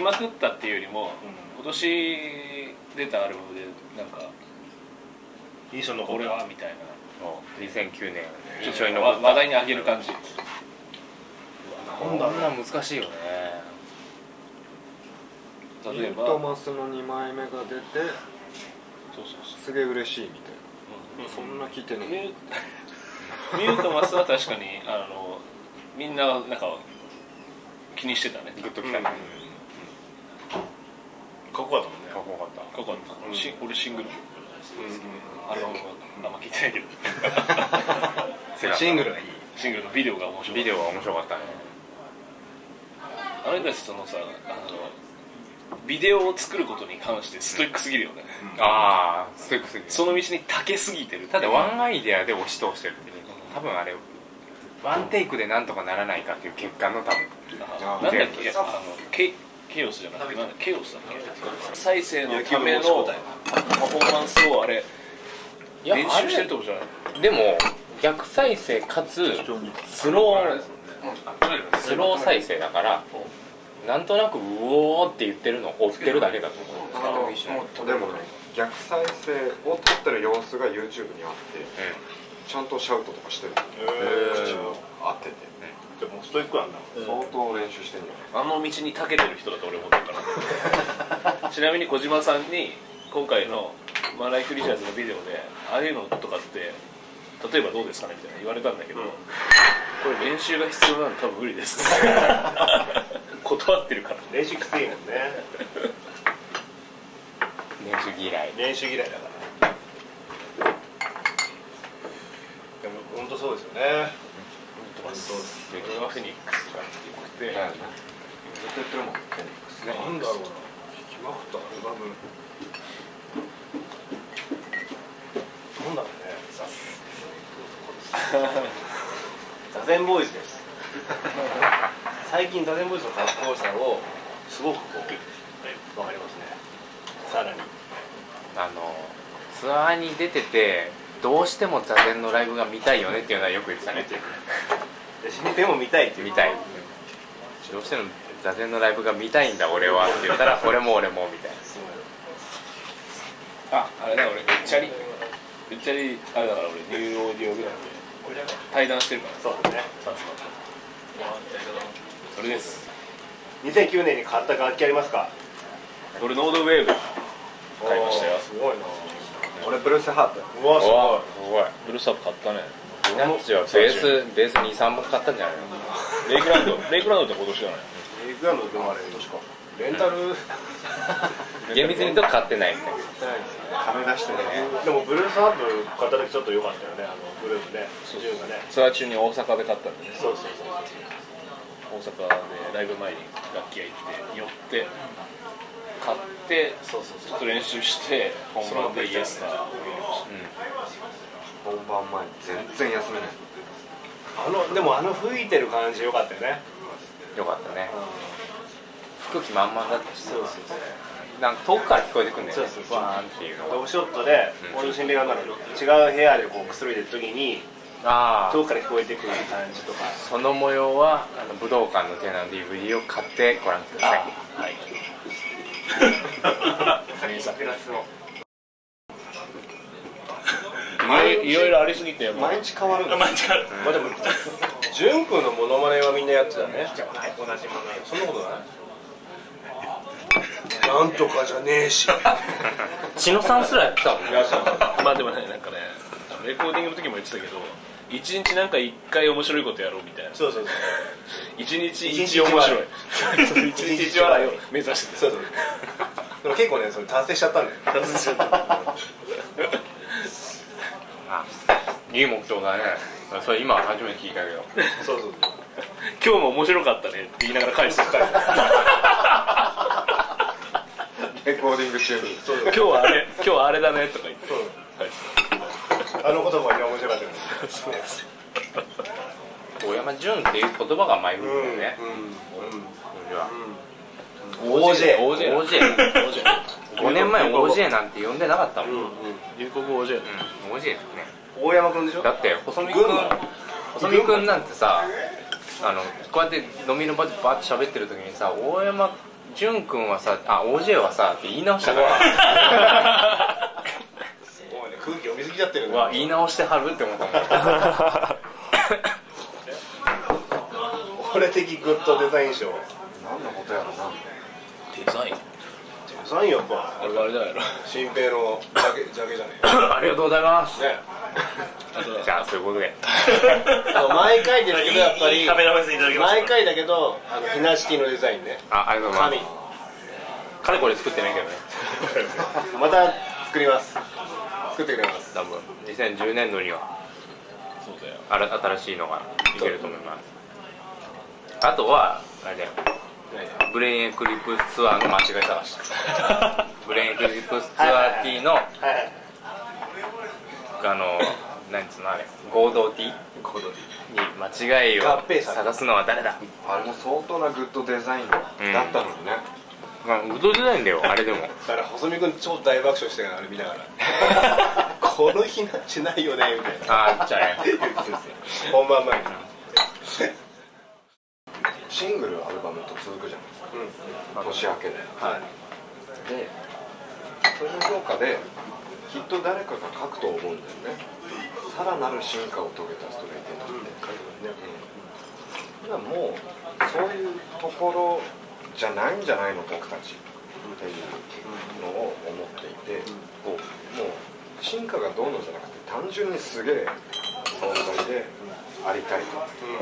きまくったっていうよりも、今年出たアルバムでなんか印象のこれはみたいな 2009年印象に残った話題に上げる感じ。 こんな難しいよね。 例えばトマスの2枚目が出てすげえ嬉しいみたいな、そんな聞いてない。 ミュートマスは確かにみんななんか気にしてたね。 グッときたね。 かっこよかったもんね。 かっこよかった。 かっこよかった。俺シングル曲アルバムはあんま聞いてないけどシングルがいい。 シングルのビデオが面白い。 ビデオは面白かったね。 あれたちそのさビデオを作ることに関してストイックすぎるよね。 ああ、ストイックすぎる。 その道に長けすぎてる。 ただワンアイデアで押し通してるっていう、多分あれワンテイクでなんとかならないかっていう結果の多分なんだっけケオスじゃなくてなんだケオスだっけ再生のためのパフォーマンスをあれ練習してるってことじゃない？ でも逆再生かつスロー再生だからなんとなくうおーって言ってるのを追ってるだけだと思う。 でもね、逆再生を撮ってる様子が YouTube にあって、ちゃんとシャウトとかしてる。口を当てて、 でもストイックなんだ。 相当練習してるんじゃない？ あの道に長けてる人だと俺思ってるからちなみに小島さんに今回のマライク・リチャーズのビデオでああいうのとかって例えばどうですかねみたいな言われたんだけど、これ練習が必要なの多分無理です断ってるから。 練習きついもんね。練習嫌いだから。でも本当そうですよね。 これはフェニックスが良くて、 ずっと言ってるもん、フェニックス。 なんだろうな、聞きまくったアルバムなんだろうね。ザゼンボーイズです。最近ザゼンボーイズのかっこよさをすごくこう分かりますね。さらにツアーに出ててどうしても座禅のライブが見たいよねっていうのはよく言ってたね。 でも見たいっていう。 見たい。どうしても座禅のライブが見たいんだ俺はって言ったら俺もみたいな。 あれだ俺うっちゃりあれだから俺ニューオーディオグラムで対談してるから。 そうですね。 それです。 2009年に買った楽器ありますか？ 俺ノードウェーブ買いましたよ。 すごいな。 俺ブルースハープ。 うわすごい。 ブルースハープ買ったね。 みんなっちはベース 2,3 本買ったんじゃないの？ レイクランドって今年じゃない？ レイクランドでもあれ確かレンタル厳密に言うと買ってないみたい金出してね。 でもブルースハープ買った時ちょっと良かったよね、グループね、ジュンがね。 ツアー中に大阪で買ったんでね。 そう大阪でライブ前に楽器屋行って寄って買ってちょっと練習して本番でイエスターを見ました。 本番前全然休めない。 でも吹いてる感じ良かったよね。 よかったね。吹く気満々だったし、なんか遠くから聞こえてくるんだよね。ワーンっていうのがオフショットで俺の心霊が違う部屋でこうくつろいでる時に遠くから聞こえてくる感じとか。 その模様は武道館のテナの DVD を買ってご覧ください。 名作です。いろいろありすぎて毎日変わるんだ。 まあでもジュン君のモノマネはみんなやってたね。そんなことない。なんとかじゃねえし千野さんすらやってたもんね。 まあでもね、なんかねレコーディングの時も言ってたけど一日なんか一回面白いことやろうみたいな。 そう一日一面白い一日一笑いを目指してそうでも結構ねそれ達成しちゃったんだよ。 いい目標だね。それ今初めて聞いたけど。 そう今日も面白かったねって言いながら返す。 レコーディング中に今日はあれだねとか言って返す。 あの言葉が面白かったよね。 大山純っていう言葉が前振りだよね。 OJ 5年前 OJ なんて呼んでなかったもん。 入国 OJ だね。 OJ だね。 大山くんでしょ。 だって細見くんなんてさ、こうやって飲みの場でバーッと喋ってる時にさ、大山ジュン君はさ、OJ はさって言い直したからすごいね、空気読みすぎちゃってるね。 言い直してはるって思ったもん俺的グッドデザイン賞。 何のことやろな。 デザインデザインやっぱあれあれだよ新平のジャケじゃねありがとうございますえね。 じゃあそういうことで毎回ですけどやっぱりいいカメラ目線いただきました。 毎回だけどひなしきのデザインね。 ありがとうござい紙ますかれこれ作ってないけどねまた作ります。作ってくれます。 多分2010年度にはそうだよ新しいのがいけると思います。あとはあれだよ、ブレインエクリプスツアーの間違い探しブレインエクリプスツアー T のはい何つうのあれ合同 T に間違いを合併作探すのは誰だ。 あれも相当なグッドデザインだったのにね、 グッドデザインだよあれでもだから細見君超大爆笑してからあれ見ながらこの日なしないよねみたいなじゃあね本番前にシングルアルバムと続くじゃないですか、年明けで、でそれの評価できっと誰かが書くと思うんだよね。さらなる進化を遂げた人がいてなんて、だからもうそういうところじゃないんじゃないの僕たちっていうのを思っていて、もう進化がどうのじゃなくて単純にすげえ存在でありたいと、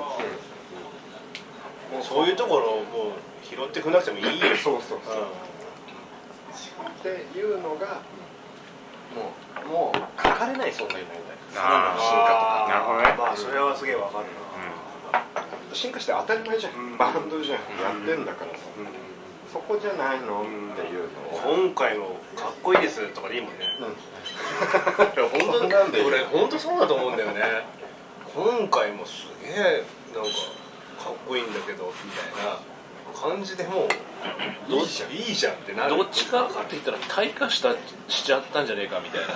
もうそういうところをもう拾ってくなくてもいいよ。 そうそうそう、っていうのがもう書かれない存在になりたい。さらなる進化とか。 なるほどね。 まあそれはすげえわかるな。 進化して当たり前じゃん、バンドじゃん、やってんだからさ、そこじゃないのっていうのを、 今回もかっこいいですとかでいいもんね。本当そんなんでいい。 俺本当そうだと思うんだよね。今回もすげえなんかかっこいいんだけどみたいな感じでもういいじゃんってなる。 どっちかって言ったら退化しちゃったんじゃねえかみたいな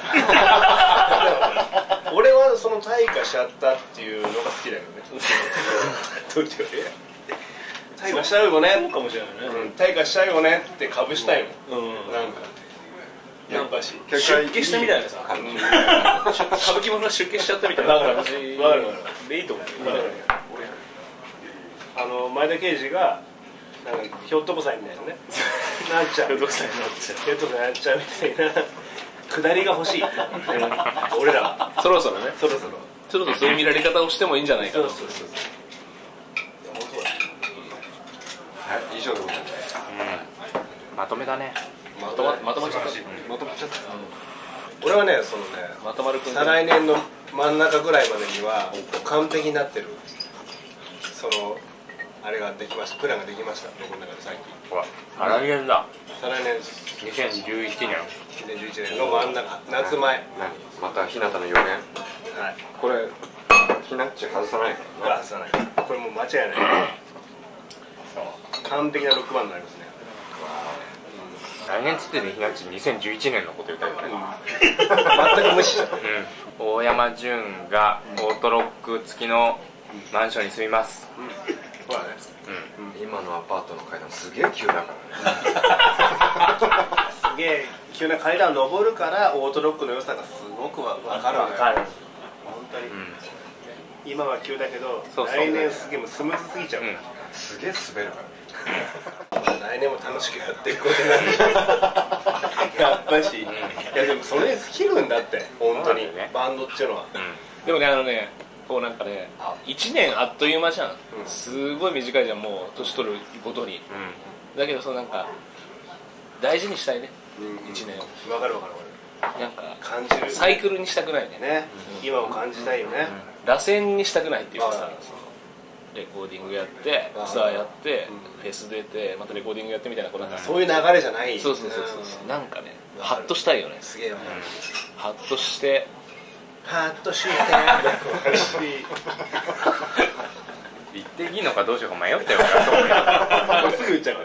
俺はその退化しちゃったっていうのが好きだよね。どっちか退化しちゃうよね。 そうかもしれないね、 退化しちゃうよねってかぶしたいもん。 うんなんかやっぱし出家したみたいなさ、歌舞伎者が出家しちゃったみたいな感じでいいと思う。 前田慶次がなんかひょっとこさんみたいなねなっちゃうひょっとこさんになっちゃうひょっとこさんになっちゃうみたいな下りが欲しい俺らはそろそろね、 そろそろちょっとそういう見られ方をしてもいいんじゃないかな。 そう本当だ。 はい、以上でございます。 まとめだね。 まとまっちゃった。 まとまっちゃった。 俺はねそのねまとまるくん再来年の真ん中ぐらいまでには完璧になってるそのあれができました、プランができました。僕の中で最近ほら来年だ。 再来年 2011年 2011年の真ん中夏前。 何また日向の予言、 はいこれひなっち外さないからな。 外さない。これもう間違いない完璧なロックバンドになりますね。 来年つってね、ひなっち2011年のこと言ったよね。 全く無視した。 大山純がオートロック付きのマンションに住みます。 そうだね。 今のアパートの階段すげえ急だからね。 すげえ急な階段登るからオートロックの良さがすごくわかるわけ。本当に。今は急だけど来年すげえスムーズすぎちゃう。 すげえ滑るから。 来年も楽しくやっていくことになる。やっぱし、いやでもそれスキルんだって本当にバンドっていうのは。 でもねこうなんかね1年あっという間じゃん、すごい短いじゃん、もう年取るごとに、だけどそのなんか大事にしたいね、1年を。 わかるわかる。 なんか感じるサイクルにしたくないね。 ね、今を感じたいよね。 螺旋にしたくないっていうかさ、レコーディングやってツアーやってフェス出てまたレコーディングやってみたいな、こうなんかそういう流れじゃない。 そうなんかね、ハッとしたいよね。 すげえわ。 ハッとしてハッとして言っていいのかどうしようか迷ったよからすぐ言っちゃうから。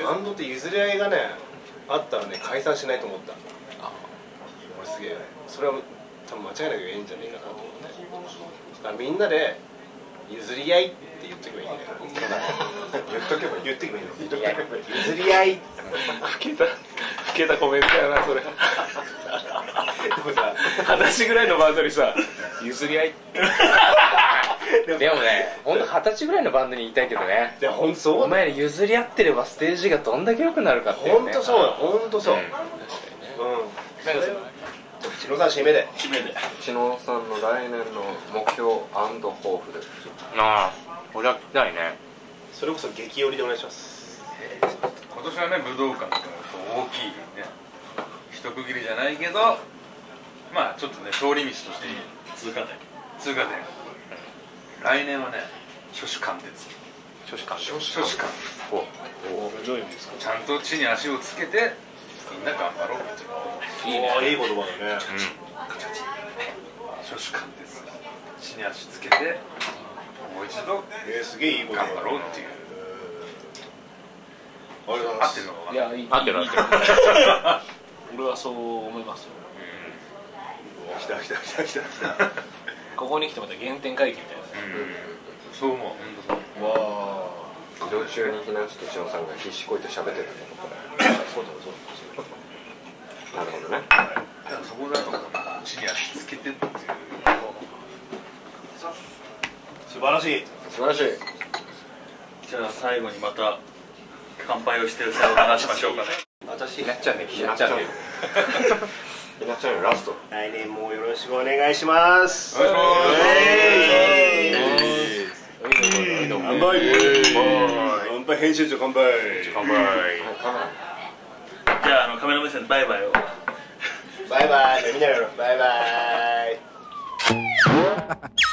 バンドって譲り合いがねあったらね解散しないと思った。俺すげえそれは多分間違いなくいいんじゃねえかなと思うね。だからみんなで譲り合いって言ってくればいい。 言っとけばいい言ってけばいいの。 言っとけばいい譲り合い。 老けたコメントやなそれ。 でもさ、 20歳ぐらいのバンドにさ譲り合いでもね、ほんと20歳ぐらいのバンドに言いたいけどね、 いやほんとそうお前ら譲り合ってればステージがどんだけ良くなるかっていうね。 ほんとそうほんとそう。うん。千野さん締めで。 締めで千野さんの来年の目標&抱負です。 ああ、これは聞きたいね。 それこそ激寄りでお願いします。 今年はね武道館って大きいね一区切りじゃないけど、まあちょっとね通り道として通過点来年はね初志貫徹初志貫徹。 どういう意味ですか。 ちゃんと地に足をつけてみんな頑張ろうっていういいね。 いい言葉だね。 初志貫徹地に足つけてもう一度すげえいい言葉頑張ろうっていう。 ありがとうございます。 合ってるのかいやいい合ってる合ってる。 俺はそう思いますよ。 来た。 ここに来てまた原点回帰みたいな。 そう思う本当そう。 わ移動中にひなっちと千野さんが必死こいて喋ってるんだこれ。 そうなるほどね。 だからそこだと地に足つけてっていう素晴らしい。 素晴らしい。 じゃあ最後にまた乾杯をしてさようならしましょうかね。 私ひなっちゃんね、 ひなっちゃんのラスト。 来年もよろしくお願いします。 お願いします乾杯。乾杯編集長乾杯。 乾杯。 じゃあカメラ目線でバイバイを。 バイバイ。みんなやろう。バイバイ。